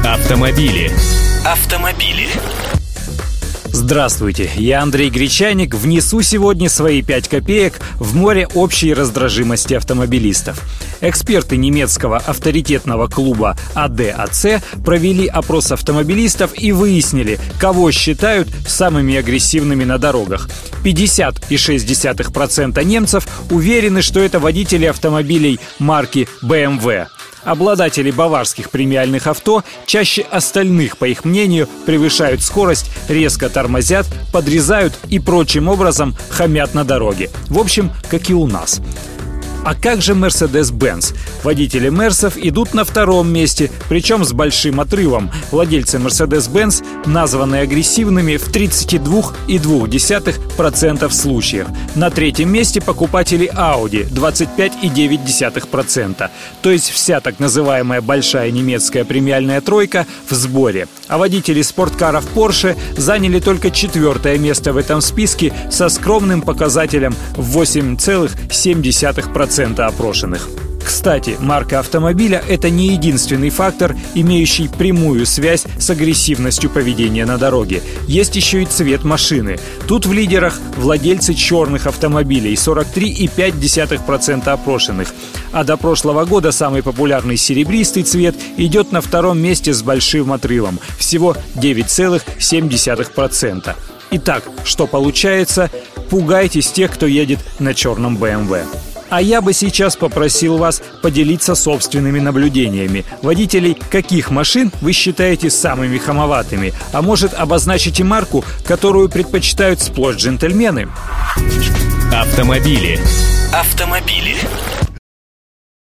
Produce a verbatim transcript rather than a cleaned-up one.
Автомобили. Автомобили. Здравствуйте, я Андрей Гречаник. Внесу сегодня свои пять копеек в море общей раздражимости автомобилистов. Эксперты немецкого авторитетного клуба эй ди эй си провели опрос автомобилистов и выяснили, кого считают самыми агрессивными на дорогах. пятьдесят целых шесть десятых процента немцев уверены, что это водители автомобилей марки бэ эм вэ. Обладатели баварских премиальных авто чаще остальных, по их мнению, превышают скорость, резко тормозят, подрезают и прочим образом хамят на дороге. В общем, как и у нас. А как же Mercedes-Benz? Водители Мерсов идут на втором месте, причем с большим отрывом. Владельцы Mercedes-Benz названы агрессивными в тридцать два целых две десятых процента случаев. На третьем месте покупатели Audi – двадцать пять целых девять десятых процента. То есть вся так называемая большая немецкая премиальная тройка в сборе. А водители спорткаров Porsche заняли только четвертое место в этом списке со скромным показателем в восемь целых семь десятых процента опрошенных. Кстати, марка автомобиля – это не единственный фактор, имеющий прямую связь с агрессивностью поведения на дороге. Есть еще и цвет машины. Тут в лидерах владельцы черных автомобилей – сорок три целых пять десятых процента опрошенных. А до прошлого года самый популярный серебристый цвет идет на втором месте с большим отрывом – всего девять целых семь десятых процента. Итак, что получается? Пугайтесь тех, кто едет на черном бэ эм вэ. А я бы сейчас попросил вас поделиться собственными наблюдениями. Водителей каких машин вы считаете самыми хамоватыми? А может, обозначите марку, которую предпочитают сплошь джентльмены? Автомобили. Автомобили.